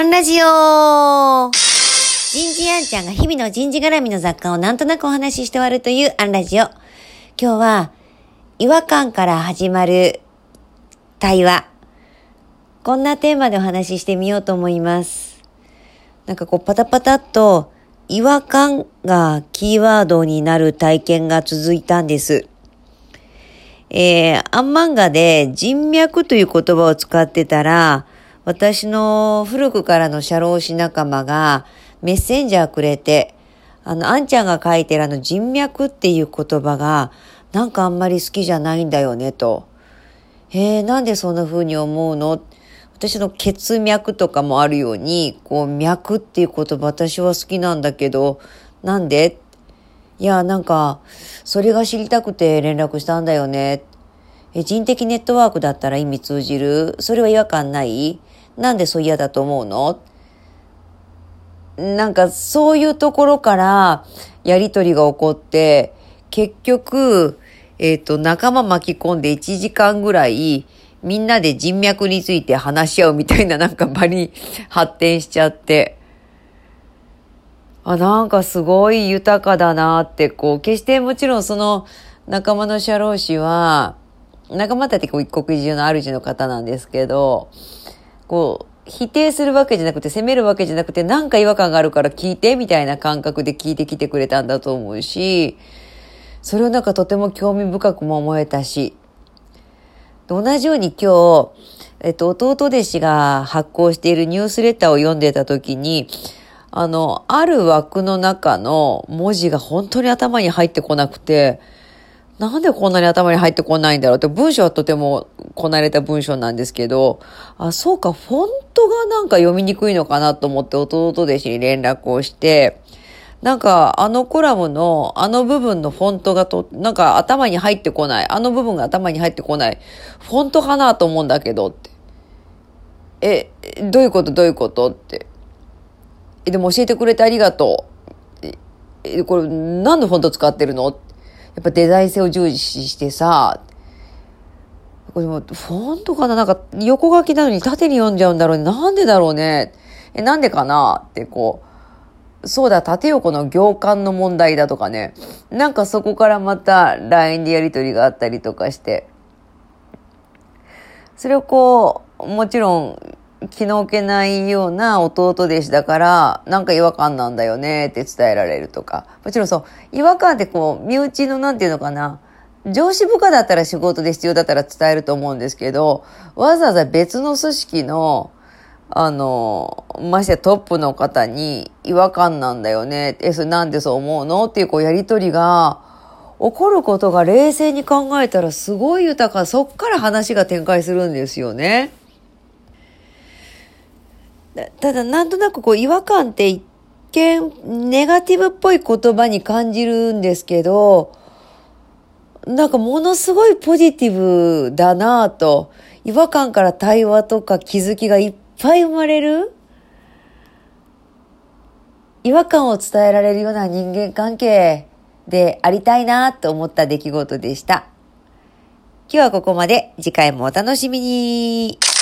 アンラジオ人事アンちゃんが日々の人事絡みの雑貨をなんとなくお話しして終わるというアンラジオ。今日は違和感から始まる対話。こんなテーマでお話ししてみようと思います。なんかパタパタっと違和感がキーワードになる体験が続いたんです。アン漫画で人脈という言葉を使ってたら、私の古くからの社労士仲間がメッセンジャーくれて、あんちゃんが書いてる人脈っていう言葉がなんかあんまり好きじゃないんだよねと。なんでそんな風に思うの？私の血脈とかもあるように、脈っていう言葉私は好きなんだけど、なんで？いや、なんか、それが知りたくて連絡したんだよね。人的ネットワークだったら意味通じる？それは違和感ない？なんでそう嫌だと思うの？なんかそういうところからやりとりが起こって、結局、仲間巻き込んで1時間ぐらいみんなで人脈について話し合うみたいななんか場に発展しちゃって、なんかすごい豊かだなって、決してもちろんその仲間の社労士は、仲間たち一国一住の主の方なんですけど、否定するわけじゃなくて、責めるわけじゃなくて、なんか違和感があるから聞いてみたいな感覚で聞いてきてくれたんだと思うし、それをなんかとても興味深くも思えたし、同じように今日、弟弟子が発行しているニュースレターを読んでた時に、ある枠の中の文字が本当に頭に入ってこなくて、なんでこんなに頭に入ってこないんだろうって、文章はとてもこなれた文章なんですけど、そうか、フォントがなんか読みにくいのかなと思って弟弟子に連絡をして、なんかコラムの部分のフォントがなんか頭に入ってこない。部分が頭に入ってこない。フォントかなと思うんだけどって。どういうことって。でも教えてくれてありがとう。これ何のフォント使ってるの？やっぱデザイン性を重視してさ、これもフォントかな？なんか横書きなのに縦に読んじゃうんだろうね。なんでだろうね。なんでかなってそうだ、縦横の行間の問題だとかね。なんかそこからまた LINE でやり取りがあったりとかして。それをもちろん気の置けないような弟弟子だから、なんか違和感なんだよねって伝えられるとか。もちろん違和感って身内のなんていうのかな。上司部下だったら仕事で必要だったら伝えると思うんですけど、わざわざ別の組織の、ましてやトップの方に違和感なんだよね。それなんでそう思うのっていうやりとりが起こることが冷静に考えたらすごい豊か。そっから話が展開するんですよね。ただなんとなく違和感って一見ネガティブっぽい言葉に感じるんですけど、なんかものすごいポジティブだなぁと、違和感から対話とか気づきがいっぱい生まれる、違和感を伝えられるような人間関係でありたいなと思った出来事でした。今日はここまで。次回もお楽しみに。